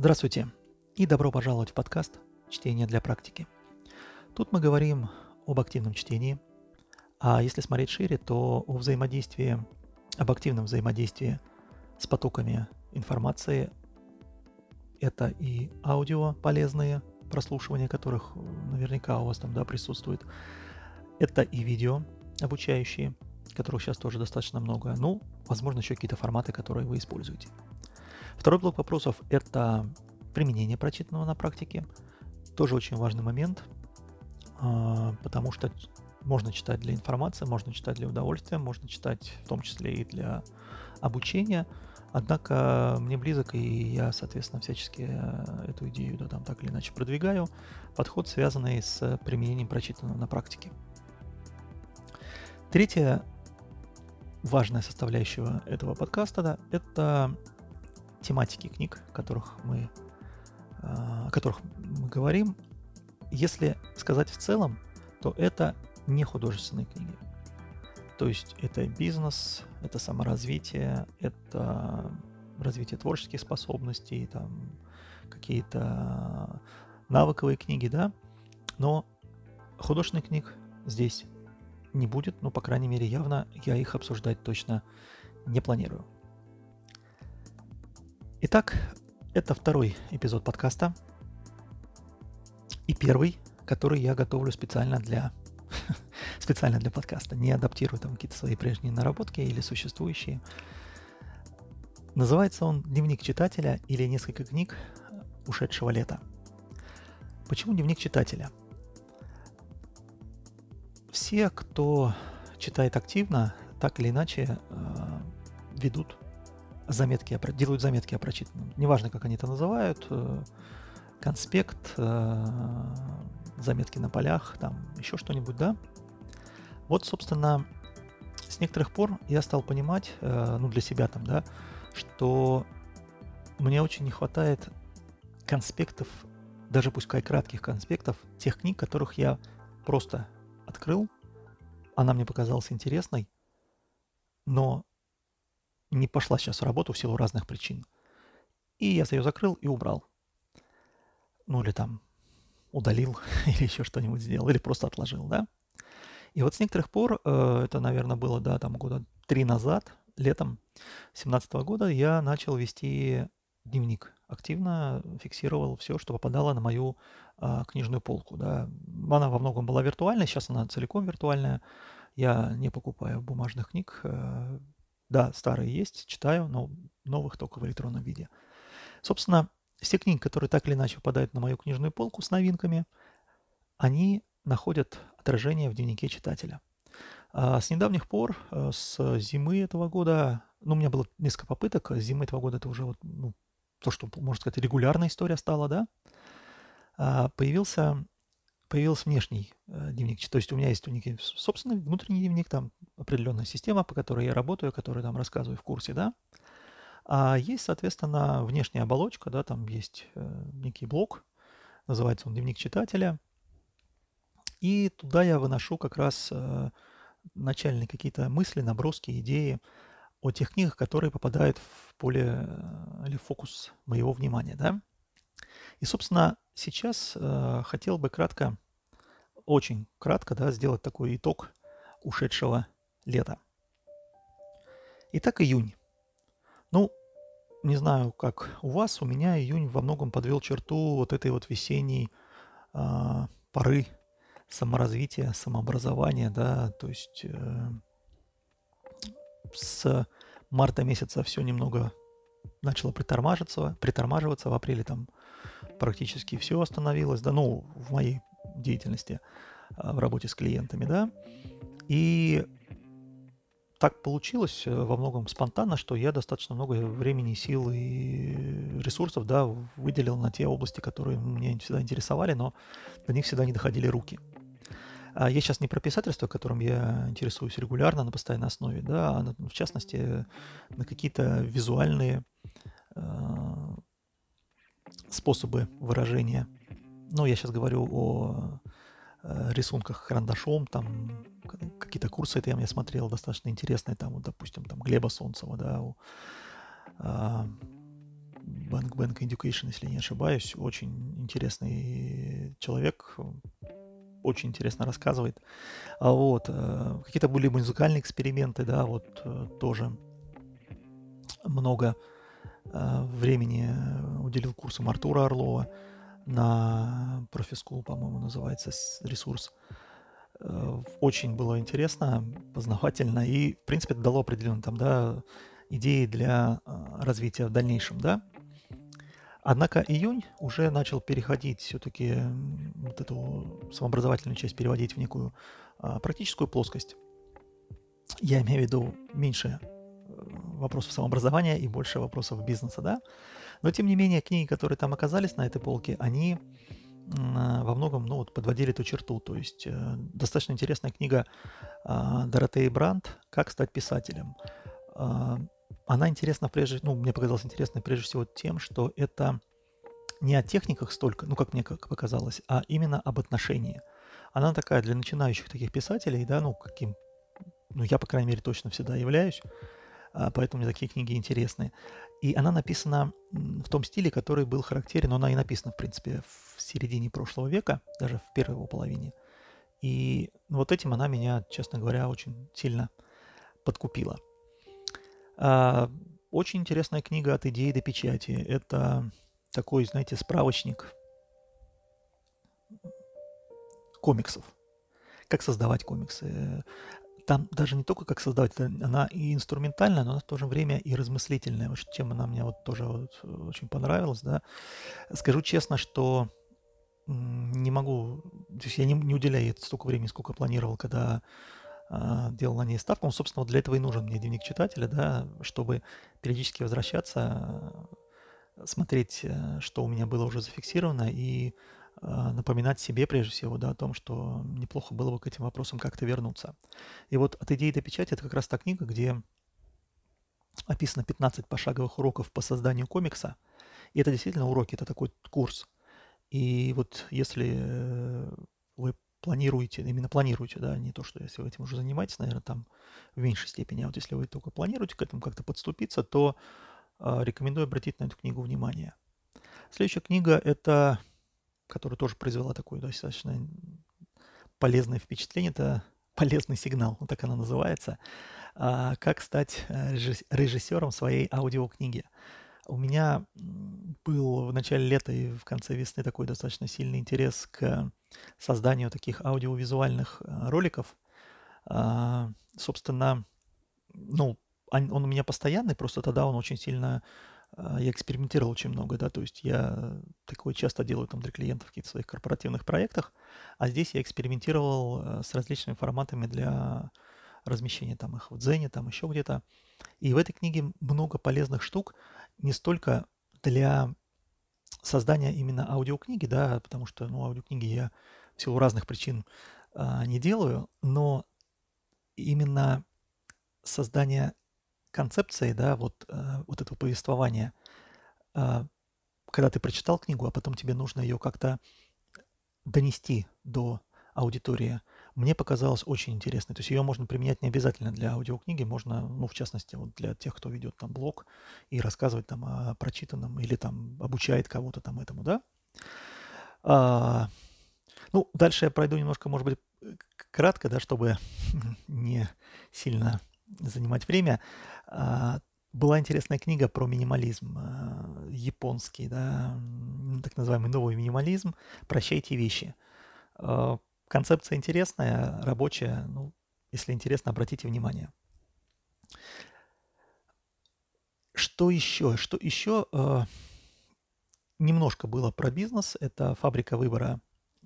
Здравствуйте и добро пожаловать в подкаст «Чтение для практики». Тут мы говорим об активном чтении, а если смотреть шире, то об активном взаимодействии с потоками информации. Это и аудио полезные, прослушивание которых наверняка у вас там присутствует. Это и видео обучающие, которых сейчас тоже достаточно много. Ну, возможно, еще какие-то форматы, которые вы используете. Второй блок вопросов – это применение прочитанного на практике. Тоже очень важный момент, потому что можно читать для информации, можно читать для удовольствия, можно читать в том числе и для обучения. Однако мне близок, и я, соответственно, всячески эту идею так или иначе продвигаю. Подход, связанный с применением прочитанного на практике. Третья важная составляющая этого подкаста – это тематики книг, о которых мы говорим. Если сказать в целом, то это не художественные книги. То есть это бизнес, это саморазвитие, это развитие творческих способностей, какие-то навыковые книги, да. Но художественных книг здесь не будет, по крайней мере, явно я их обсуждать точно не планирую. Итак, это второй эпизод подкаста и первый, который я готовлю специально для подкаста, не адаптирую какие-то свои прежние наработки или существующие. Называется он «Дневник читателя» или «Несколько книг ушедшего лета». Почему дневник читателя? Все, кто читает активно, так или иначе делают заметки о прочитанном. Неважно, как они это называют, конспект, заметки на полях, еще что-нибудь, да. Вот, собственно, с некоторых пор я стал понимать, для себя что мне очень не хватает конспектов, даже пускай кратких конспектов, тех книг, которых я просто открыл, она мне показалась интересной, но не пошла сейчас в работу в силу разных причин. И я ее закрыл и убрал. Или удалил, или еще что-нибудь сделал, или просто отложил, да. И вот с некоторых пор, это, наверное, было, года 3 назад, летом 2017 года, я начал вести дневник. Активно фиксировал все, что попадало на мою книжную полку, да. Она во многом была виртуальной, сейчас она целиком виртуальная. Я не покупаю бумажных книг. Да, старые есть, читаю, но новых только в электронном виде. Собственно, все книги, которые так или иначе попадают на мою книжную полку с новинками, они находят отражение в дневнике читателя. С недавних пор, с зимы этого года, у меня было несколько попыток, с зимы этого года это уже то, что, можно сказать, регулярная история стала, да, появился внешний дневник. То есть у меня есть собственный внутренний дневник, определенная система, по которой я работаю, которую рассказываю в курсе, да. А есть, соответственно, внешняя оболочка, да, там есть некий блок, называется он «Дневник читателя». И туда я выношу как раз начальные какие-то мысли, наброски, идеи о тех книгах, которые попадают в поле или в фокус моего внимания, да. И, собственно, сейчас хотел бы очень кратко, да, сделать такой итог ушедшего лета. Итак, июнь. Не знаю, как у вас, у меня июнь во многом подвел черту вот этой вот весенней поры саморазвития, самообразования, да, то есть с марта месяца все немного начало притормаживаться, в апреле практически все остановилось, да, в моей деятельности, в работе с клиентами, да, и так получилось во многом спонтанно, что я достаточно много времени, сил и ресурсов, да, выделил на те области, которые меня всегда интересовали, но до них всегда не доходили руки. Я сейчас не про писательство, которым я интересуюсь регулярно на постоянной основе, да, а в частности на какие-то визуальные способы выражения. Я сейчас говорю о рисунках карандашом, какие-то курсы это я смотрел достаточно интересные, допустим, Глеба Солнцева, да, Bank Education, если не ошибаюсь. Очень интересный человек, очень интересно рассказывает. Какие-то были музыкальные эксперименты, да, тоже много времени уделил курсам Артура Орлова на ProfiSchool, по-моему, называется ресурс. Очень было интересно, познавательно, и, в принципе, это дало определенные там, да, идеи для развития в дальнейшем, да. Однако июнь уже начал переходить все-таки вот эту самообразовательную часть переводить в некую практическую плоскость. Я имею в виду меньше вопросов самообразования и больше вопросов бизнеса, да. Но, тем не менее, книги, которые там оказались на этой полке, они во многом, подводили эту черту. То есть достаточно интересная книга Доротеи Брандт «Как стать писателем». Она интересна мне показалось интересной прежде всего тем, что это не о техниках столько, как мне показалось, а именно об отношении. Она такая для начинающих таких писателей, да, я, по крайней мере, точно всегда являюсь, поэтому мне такие книги интересны. И она написана в том стиле, который был характерен, но она и написана, в принципе, в середине прошлого века, даже в первой его половине. И вот этим она меня, честно говоря, очень сильно подкупила. Очень интересная книга «От идеи до печати». Это такой, знаете, справочник комиксов. Как создавать комиксы. Там даже не только как создавать, она и инструментальная, но она в то же время и размыслительная. Вот чем она мне тоже очень понравилась, да. Скажу честно, что не могу, то есть я не уделяю ей столько времени, сколько планировал, когда делал на ней ставку. Собственно, для этого и нужен мне дневник читателя, да, чтобы периодически возвращаться, смотреть, что у меня было уже зафиксировано, и напоминать себе прежде всего, да, о том, что неплохо было бы к этим вопросам как-то вернуться. И вот «От идеи до печати» — это как раз та книга, где описано 15 пошаговых уроков по созданию комикса. И это действительно уроки, это такой курс. И вот если вы планируете, да, не то, что если вы этим уже занимаетесь, наверное, там в меньшей степени, а вот если вы только планируете к этому как-то подступиться, то рекомендую обратить на эту книгу внимание. Следующая книга, которая тоже произвела такое достаточно полезное впечатление, это «Полезный сигнал», вот так она называется. «Как стать режиссером своей аудиокниги». У меня был в начале лета и в конце весны такой достаточно сильный интерес к созданию таких аудиовизуальных роликов. Собственно, он у меня постоянный, просто тогда он очень сильно... Я экспериментировал очень много, да, то есть я такое часто делаю там для клиентов в каких-то своих корпоративных проектах, а здесь я экспериментировал с различными форматами для размещения там их в Дзене, там еще где-то. И в этой книге много полезных штук, не столько для создания именно аудиокниги, да, потому что, аудиокниги я в силу разных причин не делаю, но именно создание концепции, да, вот этого повествования, когда ты прочитал книгу, а потом тебе нужно ее как-то донести до аудитории, мне показалось очень интересной. То есть ее можно применять не обязательно для аудиокниги, можно, в частности, вот для тех, кто ведет там блог и рассказывает там о прочитанном или там обучает кого-то там этому, да. Дальше я пройду немножко, может быть, кратко, да, чтобы не сильно занимать время. Была интересная книга про минимализм, японский, да, так называемый новый минимализм «Прощайте вещи». Концепция интересная, рабочая, если интересно, обратите внимание. Что еще? Немножко было про бизнес. Это «Фабрика выбора»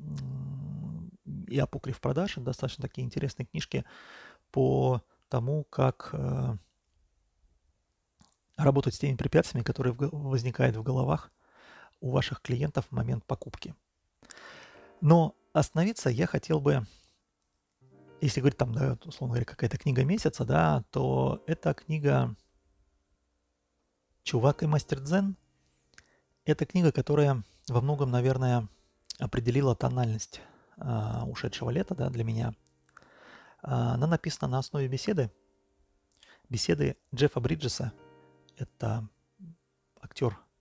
и «Апокриф продаж». Это достаточно такие интересные книжки по тому, как работать с теми препятствиями, которые возникают в головах у ваших клиентов в момент покупки. Но остановиться я хотел бы, если говорить там, да, условно говоря, какая-то книга месяца, да, то это книга «Чувак и мастер дзен». Это книга, которая во многом, наверное, определила тональность ушедшего лета, да, для меня. Она написана на основе беседы Джеффа Бриджеса. Это актер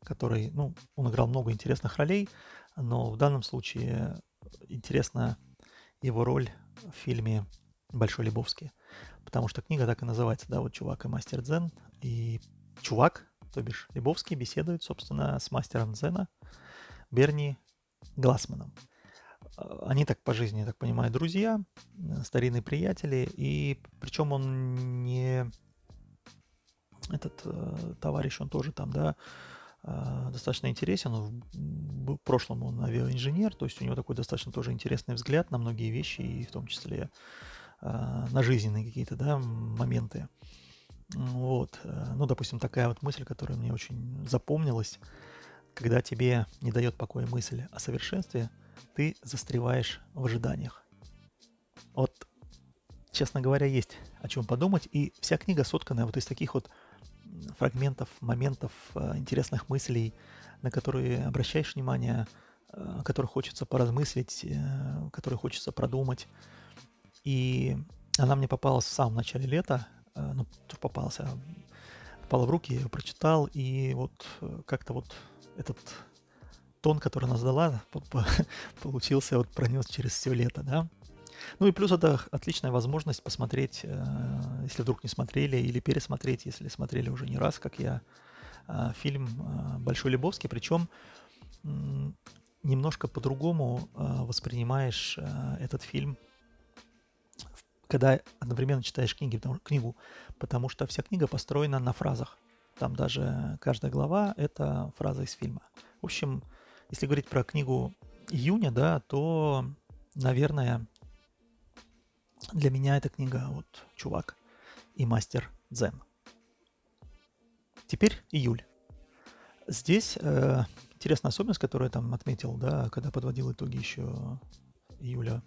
который, ну, он играл много интересных ролей, но в данном случае интересна его роль в фильме «Большой Лебовский», потому что книга так и называется, да, вот «Чувак и мастер дзен», и чувак, то бишь Лебовский, беседует, собственно, с мастером дзена Берни Глассманом. Они так по жизни, я так понимаю, друзья, старинные приятели, и причем он не... Этот товарищ, он тоже там, да, достаточно интересен. В прошлом он авиаинженер, то есть у него такой достаточно тоже интересный взгляд на многие вещи, и в том числе на жизненные какие-то, да, моменты. Вот. Ну, допустим, такая вот мысль, которая мне очень запомнилась. Когда тебе не дает покоя мысль о совершенстве, ты застреваешь в ожиданиях. Вот, честно говоря, есть о чем подумать. И вся книга соткана вот из таких вот фрагментов, моментов, интересных мыслей, на которые обращаешь внимание, о которых хочется поразмыслить, которые хочется продумать. И она мне попалась в самом начале лета, ну, попала в руки, я ее прочитал, и вот как-то вот этот тон, который она сдала, получился, вот пронес через все лето, да. Ну и плюс это отличная возможность посмотреть, если вдруг не смотрели, или пересмотреть, если смотрели уже не раз, как я, фильм «Большой Лебовский», причем немножко по-другому воспринимаешь этот фильм, когда одновременно читаешь книгу, потому что вся книга построена на фразах. Там даже каждая глава – это фраза из фильма. В общем, если говорить про книгу июня, да, то, наверное, для меня эта книга вот «Чувак и мастер дзен». Теперь июль. Здесь интересная особенность, которую я там отметил, да, когда подводил итоги еще июля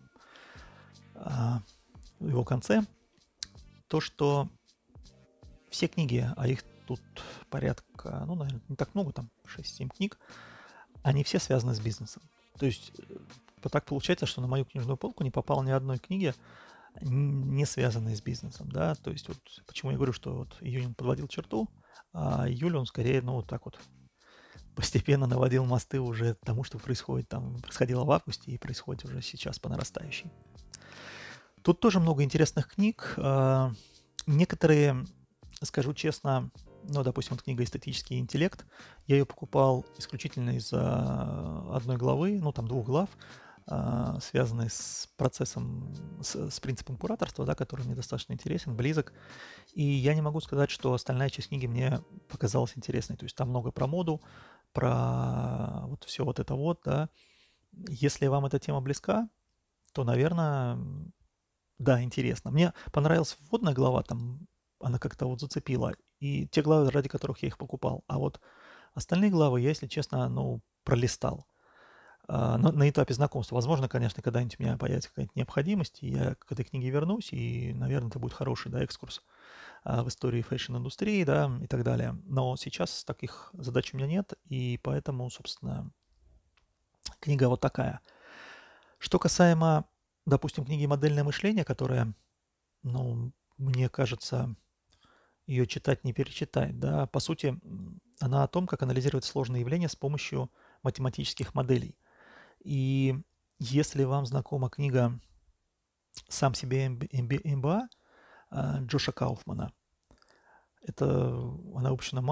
в его конце, то, что все книги, а их тут порядка, ну, наверное, не так много, там 6-7 книг, они все связаны с бизнесом. То есть так получается, что на мою книжную полку не попало ни одной книги, не связанной с бизнесом, да, то есть вот почему я говорю, что вот июнь он подводил черту, а июль он скорее, ну, вот так вот постепенно наводил мосты уже к тому, что происходило в августе и происходит уже сейчас по нарастающей. Тут тоже много интересных книг, некоторые, скажу честно, ну, допустим, вот книга «Эстетический интеллект», я ее покупал исключительно из-за одной главы, ну, там 2 глав, связанной с процессом, с принципом кураторства, да, который мне достаточно интересен, близок. И я не могу сказать, что остальная часть книги мне показалась интересной. То есть там много про моду, про вот все вот это вот, да. Если вам эта тема близка, то, наверное, да, интересно. Мне понравилась вводная глава, там она как-то вот зацепила. И те главы, ради которых я их покупал. А вот остальные главы я, если честно, ну, пролистал. На этапе знакомства. Возможно, конечно, когда-нибудь у меня появится какая-то необходимость, и я к этой книге вернусь, и, наверное, это будет хороший, да, экскурс в истории фэшн-индустрии, да, и так далее. Но сейчас таких задач у меня нет, и поэтому, собственно, книга вот такая. Что касаемо, допустим, книги «Модельное мышление», которая, ну, мне кажется, ее читать не перечитать, да, по сути, она о том, как анализировать сложные явления с помощью математических моделей. И если вам знакома книга «Сам себе МБА» Джоша Кауфмана, это она выпущена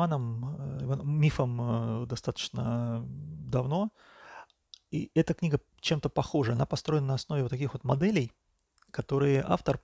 мифом достаточно давно, и эта книга чем-то похожа. Она построена на основе вот таких вот моделей, которыми автор,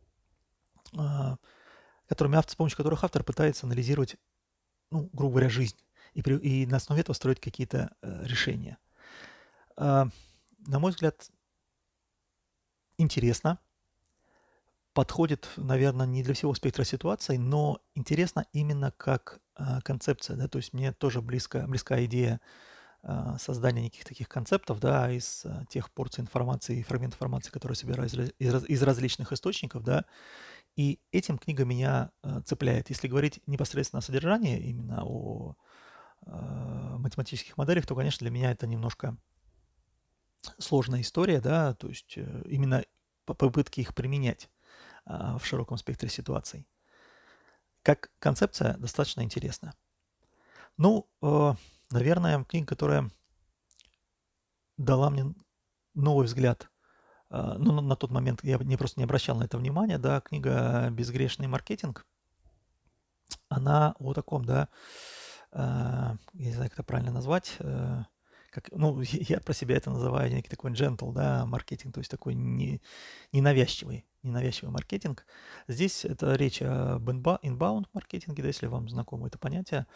с помощью которых автор пытается анализировать, ну, грубо говоря, жизнь, и на основе этого строить какие-то решения. На мой взгляд, интересно, подходит, наверное, не для всего спектра ситуаций, но интересно именно как концепция, да, то есть мне тоже близка идея создания неких таких концептов, да, из тех порций информации, фрагментов информации, которые собираю из различных источников, да, и этим книга меня цепляет. Если говорить непосредственно о содержании, именно о математических моделях, то, конечно, для меня это немножко сложная история, да, то есть именно попытки их применять в широком спектре ситуаций. Как концепция достаточно интересна. Ну, наверное, книга, которая дала мне новый взгляд. Ну, на тот момент я просто не обращал на это внимания, да, книга «Безгрешный маркетинг». Она о таком, да, я не знаю, как это правильно назвать, как, ну, я про себя это называю некий такой gentle, да, маркетинг, то есть такой ненавязчивый маркетинг. Здесь это речь об inbound маркетинге, да, если вам знакомо это понятие.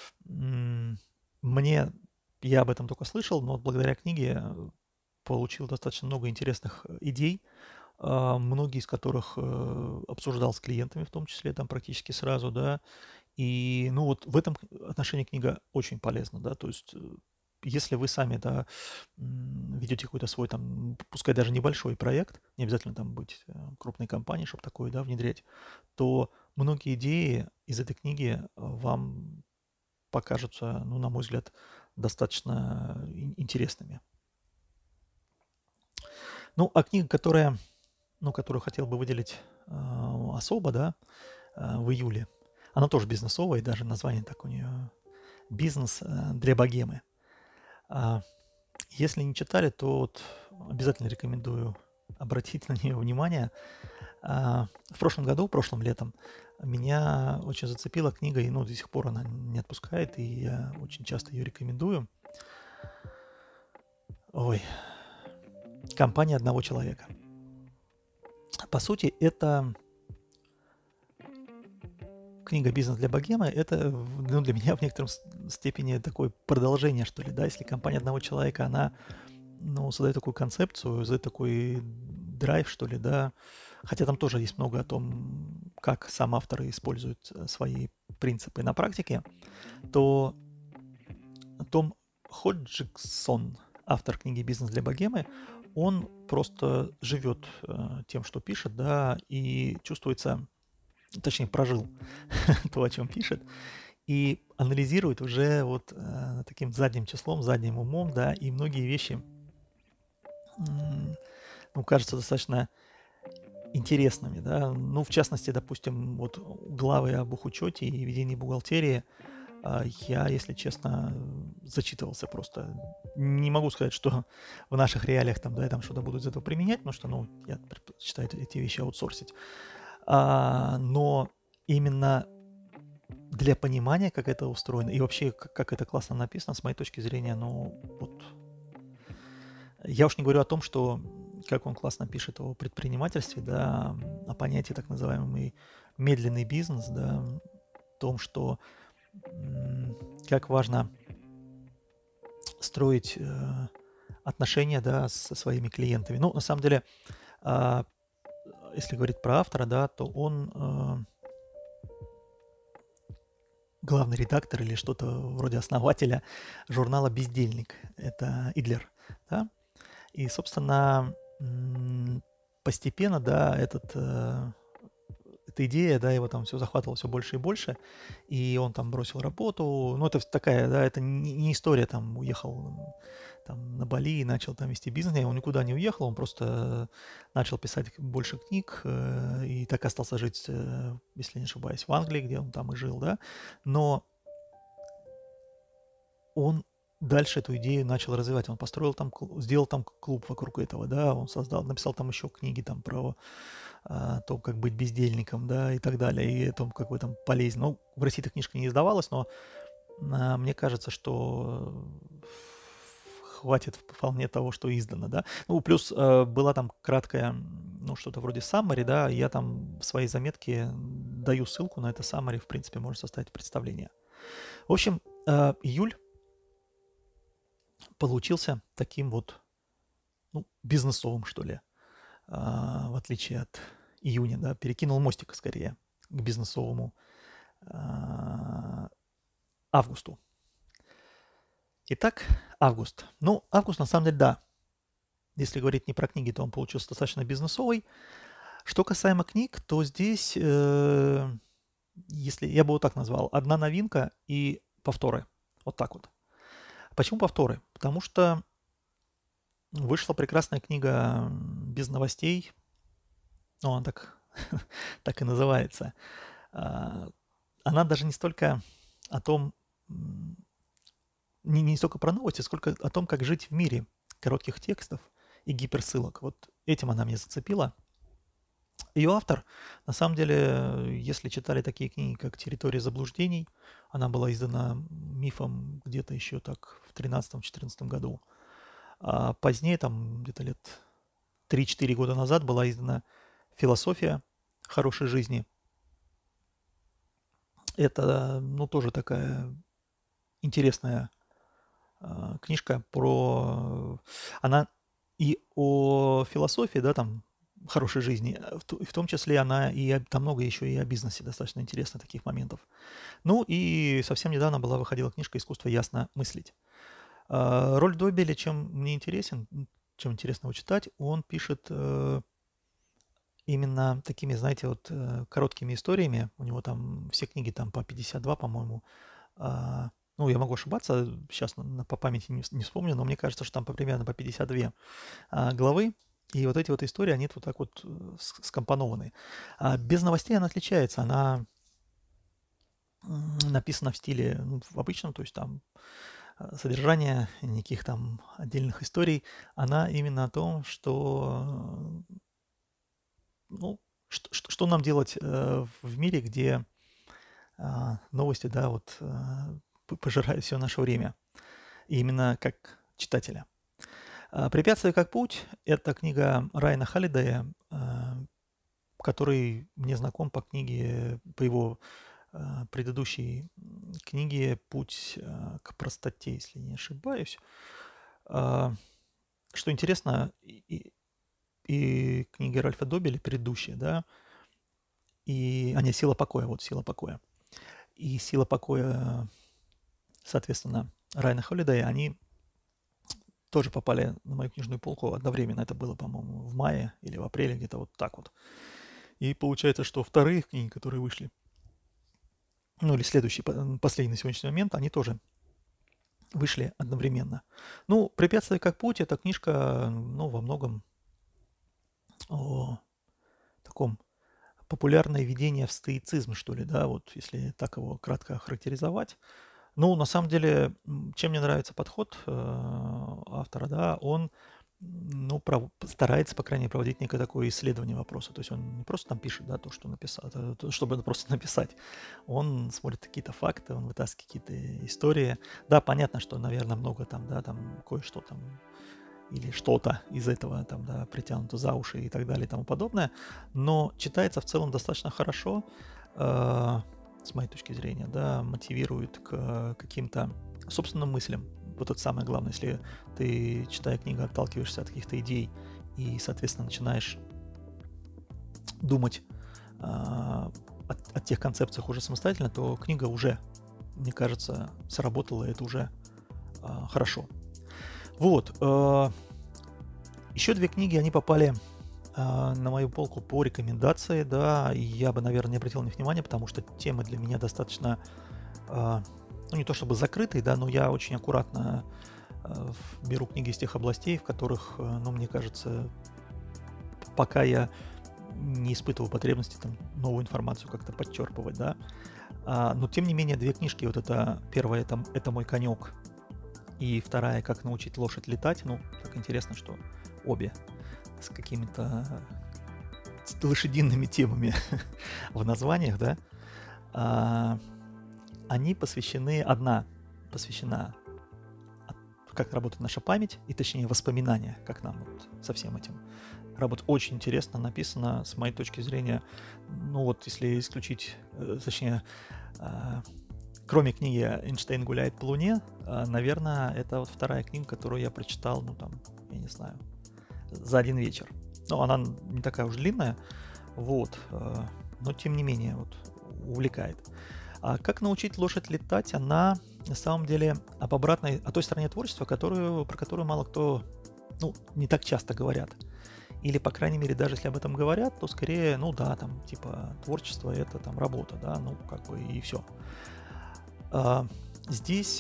Мне, я об этом только слышал, но благодаря книге получил достаточно много интересных идей, многие из которых обсуждал с клиентами, в том числе там практически сразу, да. И, ну, вот в этом отношении книга очень полезна, да, то есть если вы сами, да, ведете какой-то свой там, пускай даже небольшой проект, не обязательно там быть крупной компанией, чтобы такое, да, внедрять, то многие идеи из этой книги вам покажутся, ну, на мой взгляд, достаточно интересными. Ну, а книга, которую хотел бы выделить особо, да, в июле, она тоже бизнесовая, и даже название так у нее «Бизнес для богемы». Если не читали, то вот обязательно рекомендую обратить на нее внимание. В прошлом году, прошлым летом, меня очень зацепила книга, и ну, до сих пор она не отпускает, и я очень часто ее рекомендую. Ой, «Компания одного человека». По сути, это книга «Бизнес для богемы». Это, ну, для меня в некотором степени такое продолжение, что ли, да, если компания одного человека, она, ну, создает такую концепцию, создает такой драйв, что ли, да, хотя там тоже есть много о том, как сам автор использует свои принципы на практике, то Том Ходжсон, автор книги «Бизнес для богемы», он просто живет тем, что пишет, да, и чувствуется, точнее, прожил то, о чем пишет, и анализирует уже вот таким задним числом, задним умом, да, и многие вещи, ну, кажутся достаточно интересными, да. Ну, в частности, допустим, вот главы об бухучете и ведении бухгалтерии, я, если честно, зачитывался просто. Не могу сказать, что в наших реалиях там, да, я там что-то буду из этого применять, потому что, ну, я предпочитаю эти вещи аутсорсить. Но именно для понимания, как это устроено, и вообще, как это классно написано, с моей точки зрения, ну, вот, я уж не говорю о том, что как он классно пишет о предпринимательстве, да, о понятии так называемый медленный бизнес, да, о том, что как важно строить отношения, да, со своими клиентами. Ну, на самом деле, а, если говорить про автора, да, то он главный редактор или что-то вроде основателя журнала «Бездельник». Это Идлер, да. И, собственно, постепенно, да, эта идея, да, его там все захватывало все больше и больше, и он там бросил работу. Ну, это такая, да, это не история, там, уехал там на Бали и начал там вести бизнес. Он никуда не уехал, он просто начал писать больше книг и так остался жить, если не ошибаюсь, в Англии, где он там и жил, да. Но он дальше эту идею начал развивать. Он построил там, сделал там клуб вокруг этого, да, он написал там еще книги там про то, как быть бездельником, да, и так далее, и о том, как в этом полезно. Ну, в России эта книжка не издавалась, но мне кажется, что хватит вполне того, что издано, да. Ну, плюс была там краткая, ну, что-то вроде summary, да, я там в своей заметке даю ссылку на это summary, в принципе, можно составить представление. В общем, июль получился таким вот, ну, бизнесовым, что ли, в отличие от июня, да, перекинул мостик скорее к бизнесовому августу. Итак, август. Ну, август на самом деле, да, если говорить не про книги, то он получился достаточно бизнесовый. Что касаемо книг, то здесь, если я бы вот так назвал, одна новинка и повторы. Вот так вот. Почему повторы? Потому что вышла прекрасная книга без новостей. Ну, она так, так и называется. Она даже не столько о том, не столько про новости, сколько о том, как жить в мире коротких текстов и гиперссылок. Вот этим она меня зацепила. Ее автор, на самом деле, если читали такие книги, как «Территория заблуждений», она была издана Мифом где-то еще так в 13-14 году. А позднее, там где-то лет 3-4 года назад, была издана «Философия хорошей жизни». Это, ну, тоже такая интересная книжка про... Она и о философии, да, там, хорошей жизни, в том числе она там много еще и о бизнесе, достаточно интересно таких моментов. Ну и совсем недавно выходила книжка «Искусство ясно мыслить». Роль Добеля, чем мне интересен, чем интересно его читать, он пишет именно такими, знаете, вот короткими историями. У него там все книги там по 52, по-моему. Ну, я могу ошибаться, сейчас по памяти не вспомню, но мне кажется, что там примерно по 52 главы. И вот эти вот истории, они вот так вот скомпонованы. Без новостей она отличается. Она написана в стиле в обычном, то есть там содержание, никаких там отдельных историй. Она именно о том, что, ну, что нам делать в мире, где новости, да, вот пожирают все наше время. И именно как читателя. «Препятствие как путь» — это книга Райана Халлидея, который мне знаком по книге, по его предыдущей книге «Путь к простоте», если не ошибаюсь. Что интересно, и книги Ральфа Добеля предыдущие, да, и они «Сила покоя», вот «Сила покоя». И «Сила покоя», соответственно, Райана Холлидея, они тоже попали на мою книжную полку одновременно. Это было, по-моему, в мае или в апреле, где-то вот так вот. И получается, что вторые книги, которые вышли, ну или следующие, последние на сегодняшний момент, они тоже вышли одновременно. Ну, «Препятствие как путь» — это книжка, ну, во многом о таком популярное введение в стоицизм, что ли, да, вот если так его кратко охарактеризовать. Ну, на самом деле, чем мне нравится подход автора, да, он, ну, старается, по крайней мере, проводить некое такое исследование вопроса. То есть он не просто там пишет, да, то, что написал, чтобы просто написать. Он смотрит какие-то факты, он вытаскивает какие-то истории. Да, понятно, что, наверное, много там, да, там кое-что там или что-то из этого там, да, притянуто за уши и так далее и тому подобное, но читается в целом достаточно хорошо, с моей точки зрения, да, мотивирует к каким-то собственным мыслям. Вот это самое главное, если ты, читая книгу, отталкиваешься от каких-то идей и, соответственно, начинаешь думать о тех концепциях уже самостоятельно, то книга уже, мне кажется, сработала, и это уже хорошо. Вот. Еще две книги, они попали на мою полку по рекомендации, да, и я бы, наверное, не обратил на них внимания, потому что темы для меня достаточно, ну, не то чтобы закрытые, да, но я очень аккуратно беру книги из тех областей, в которых, ну, мне кажется, пока я не испытываю потребности там новую информацию как-то подчерпывать, да. Но, тем не менее, две книжки, вот это первая, это «Мой конек», и вторая «Как научить лошадь летать». Ну, так интересно, что обе с какими-то лошадиными темами в названиях, да. Они посвящены, одна посвящена как работает наша память, и точнее воспоминания, как нам вот со всем этим работать. Очень интересно написано, с моей точки зрения. Ну вот, если исключить, точнее, кроме книги «Эйнштейн гуляет по Луне», наверное, это вот вторая книга, которую я прочитал, ну там, я не знаю, за один вечер. Ну, она не такая уж длинная, вот, но тем не менее вот увлекает. А «Как научить лошадь летать», она на самом деле о той стороне творчества, про которую мало кто, ну, не так часто говорят. Или, по крайней мере, даже если об этом говорят, то скорее, ну да, там, типа, творчество — это там работа, да, ну, как бы и все. Здесь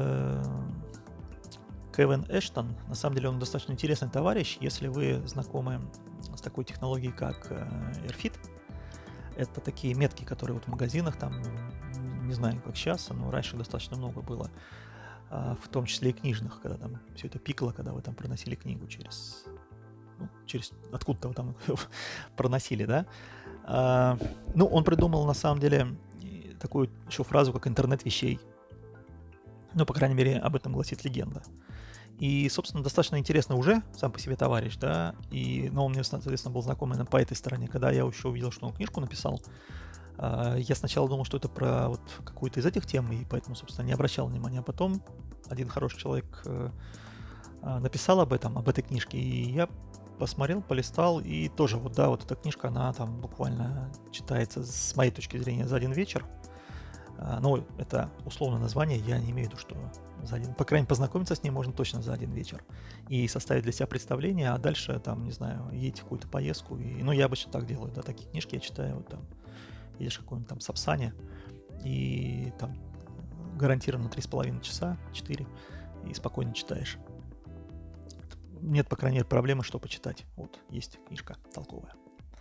Кевин Эштон, на самом деле он достаточно интересный товарищ, если вы знакомы с такой технологией, как AirFit. Это такие метки, которые вот в магазинах, там, не знаю, как сейчас, но раньше достаточно много было. в том числе и книжных, когда там все это пикало, когда вы там проносили книгу через откуда-то вы там проносили, да. Ну, он придумал на самом деле такую еще фразу, как интернет вещей. Ну, по крайней мере, об этом гласит легенда. И, собственно, достаточно интересно уже сам по себе товарищ, да, но он мне, соответственно, был знаком именно по этой стороне. Когда я еще увидел, что он книжку написал, я сначала думал, что это про вот какую-то из этих тем, и поэтому, собственно, не обращал внимания. А потом один хороший человек написал об этой книжке, и я посмотрел, полистал, и тоже вот, да, вот эта книжка, она там буквально читается, с моей точки зрения, за один вечер. Ну, это условное название, я не имею в виду, что за один, по крайней мере, познакомиться с ней можно точно за один вечер и составить для себя представление, а дальше, там, не знаю, едете в какую-то поездку, ну, я обычно так делаю, да, такие книжки я читаю, вот там, едешь в каком-нибудь там Сапсане, и там гарантированно 3,5 часа, 4, и спокойно читаешь. Нет, по крайней мере, проблемы, что почитать. Вот, есть книжка толковая.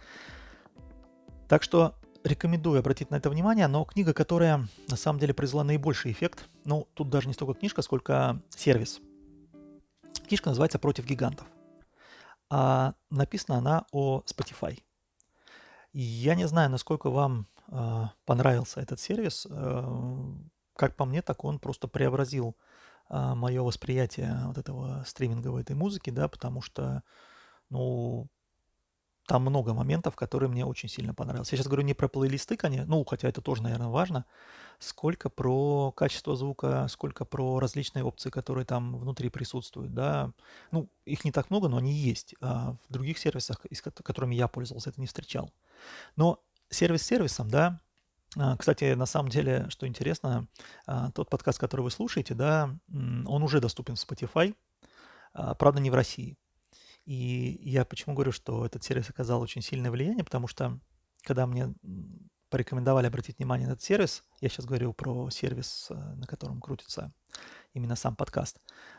Так что рекомендую обратить на это внимание, но книга, которая на самом деле произвела наибольший эффект, ну, тут даже не столько книжка, сколько сервис. Книжка называется «Против гигантов». А написана она о Spotify. Я не знаю, насколько вам понравился этот сервис. Как по мне, так он просто преобразил мое восприятие вот этого стриминговой этой музыки, да, потому что, ну, там много моментов, которые мне очень сильно понравились. Я сейчас говорю не про плейлисты, конечно, ну, хотя это тоже, наверное, важно, сколько про качество звука, сколько про различные опции, которые там внутри присутствуют, да. Ну, их не так много, но они есть. А в других сервисах, которыми я пользовался, это не встречал. Но сервис сервисом, да. Кстати, на самом деле, что интересно, тот подкаст, который вы слушаете, да, он уже доступен в Spotify, правда, не в России. И я почему говорю, что этот сервис оказал очень сильное влияние, потому что когда мне порекомендовали обратить внимание на этот сервис, я сейчас говорю про сервис, на котором крутится именно сам подкаст,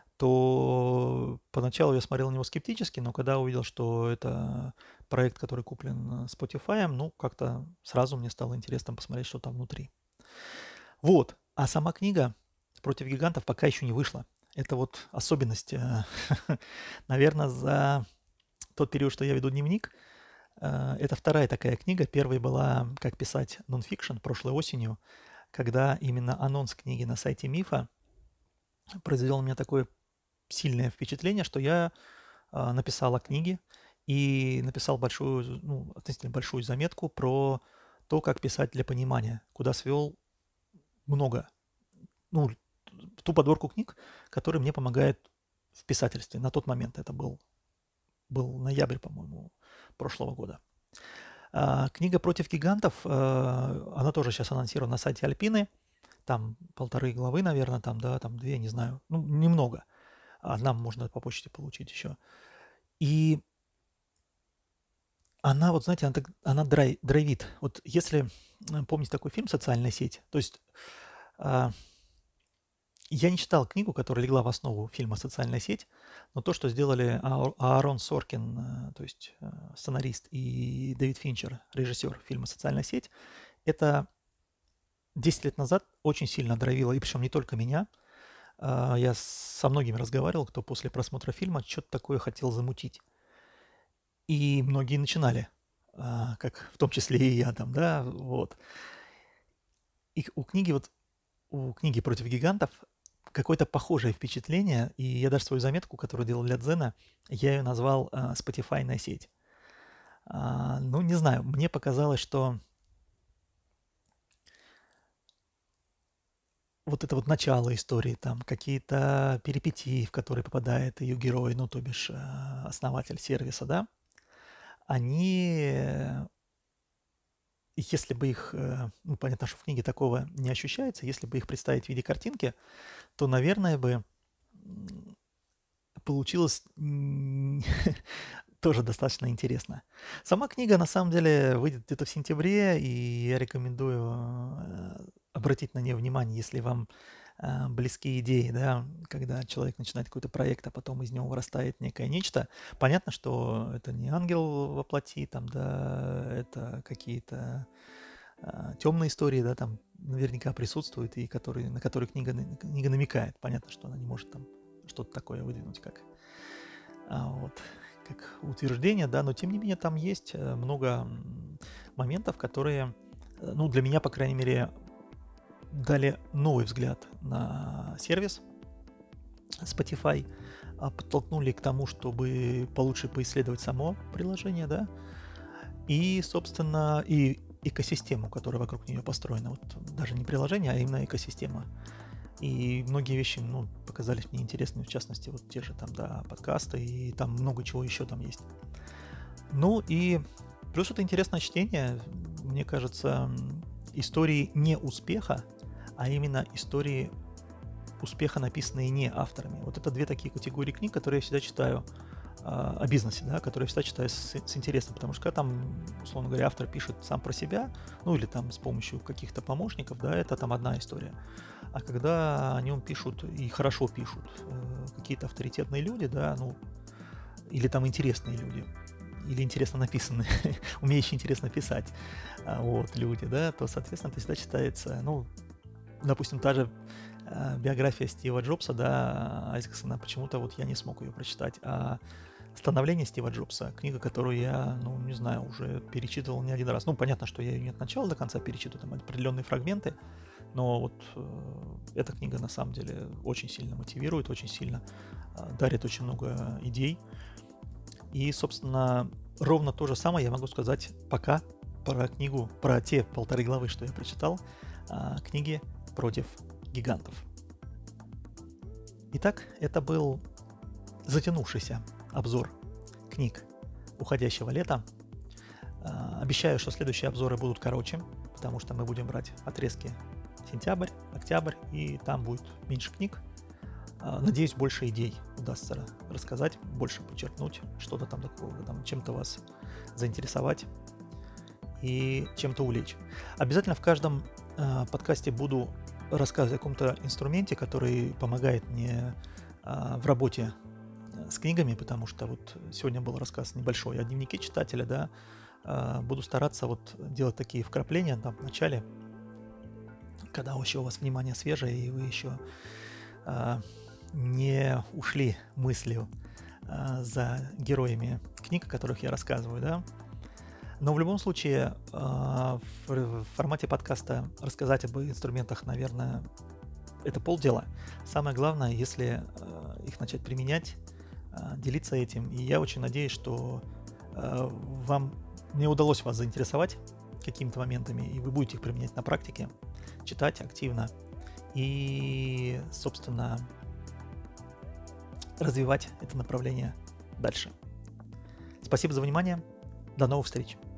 то поначалу я смотрел на него скептически, но когда увидел, что это проект, который куплен Spotify, ну, как-то сразу мне стало интересно посмотреть, что там внутри. Вот. А сама книга «Против гигантов» пока еще не вышла. Это вот особенность, наверное, за тот период, что я веду дневник, это вторая такая книга. Первая была «Как писать нонфикшн» прошлой осенью, когда именно анонс книги на сайте Мифа произвел на меня такое сильное впечатление, что я написал о книге и написал большую, ну, относительно большую заметку про то, как писать для понимания, куда свел много, ну, ту подборку книг, которые мне помогают в писательстве. На тот момент это был ноябрь, по-моему, прошлого года. Книга «Против гигантов», она тоже сейчас анонсирована на сайте Альпины. Там 1,5 главы, наверное, там, да, там 2, не знаю. Ну, немного. Одна можно по почте получить еще. И она, вот знаете, она драйвит. Вот если помните такой фильм «Социальная сеть», то есть я не читал книгу, которая легла в основу фильма «Социальная сеть», но то, что сделали Аарон Соркин, то есть сценарист, и Дэвид Финчер, режиссер фильма «Социальная сеть», это 10 лет назад очень сильно драйвило, и причем не только меня. Я со многими разговаривал, кто после просмотра фильма что-то такое хотел замутить. И многие начинали, как в том числе и я там, да, вот. И у книги «Против гигантов» какое-то похожее впечатление, и я даже свою заметку, которую делал для Дзена, я ее назвал «Spotify-ная сеть». Ну, не знаю, мне показалось, что вот это вот начало истории, там какие-то перипетии, в которые попадает ее герой, ну, то бишь основатель сервиса, да, они, если бы их, ну, понятно, что в книге такого не ощущается, если бы их представить в виде картинки, то, наверное, бы получилось тоже достаточно интересно. Сама книга, на самом деле, выйдет где-то в сентябре, и я рекомендую обратить на нее внимание, если вам близкие идеи, да, когда человек начинает какой-то проект, а потом из него вырастает некое нечто. Понятно, что это не ангел во плоти, там, да, это какие-то темные истории, да, там наверняка присутствуют, и на которые книга намекает. Понятно, что она не может там что-то такое выдвинуть, вот, как утверждение, да, но тем не менее там есть много моментов, которые, ну, для меня, по крайней мере, дали новый взгляд на сервис Spotify, подтолкнули к тому, чтобы получше поисследовать само приложение, да, и, собственно, и экосистему, которая вокруг нее построена. Вот даже не приложение, а именно экосистема. И многие вещи, ну, показались мне интересными, в частности, вот те же там, да, подкасты, и там много чего еще там есть. Ну и плюс это интересное чтение, мне кажется, истории не успеха, а именно истории успеха, написанные не авторами. Вот это две такие категории книг, которые я всегда читаю о бизнесе, да, которые я всегда читаю с интересом, потому что когда там, условно говоря, автор пишет сам про себя, ну или там с помощью каких-то помощников, да, это там одна история. А когда о нем пишут и хорошо пишут какие-то авторитетные люди, да, ну, или там интересные люди, или интересно написанные, умеющие интересно писать, вот, люди, да, то, соответственно, это всегда читается, ну, допустим, та же биография Стива Джобса, да, Айзексона, почему-то вот я не смог ее прочитать, а «Становление Стива Джобса», книга, которую я, ну, не знаю, уже перечитывал не один раз. Ну, понятно, что я ее не от начала до конца перечитываю, там определенные фрагменты, но вот эта книга на самом деле очень сильно мотивирует, очень сильно дарит очень много идей. И, собственно, ровно то же самое я могу сказать пока про книгу, про те 1,5 главы, что я прочитал, книги «Против гигантов». Итак, это был затянувшийся обзор книг уходящего лета. Обещаю, что следующие обзоры будут короче, потому что мы будем брать отрезки сентябрь, октябрь, и там будет меньше книг. Надеюсь, больше идей удастся рассказать, больше подчеркнуть, что-то там такого, там, чем-то вас заинтересовать и чем-то увлечь. Обязательно в каждом подкасте буду рассказывать о каком-то инструменте, который помогает мне в работе с книгами, потому что вот сегодня был рассказ небольшой о дневнике читателя, да, буду стараться вот делать такие вкрапления там в начале, когда еще у вас внимание свежее, и вы еще не ушли мыслью за героями книг, о которых я рассказываю, да. Но в любом случае в формате подкаста рассказать об инструментах, наверное, это полдела. Самое главное, если их начать применять, делиться этим. И я очень надеюсь, что мне удалось вас заинтересовать какими-то моментами, и вы будете их применять на практике, читать активно и, собственно, развивать это направление дальше. Спасибо за внимание. До новых встреч.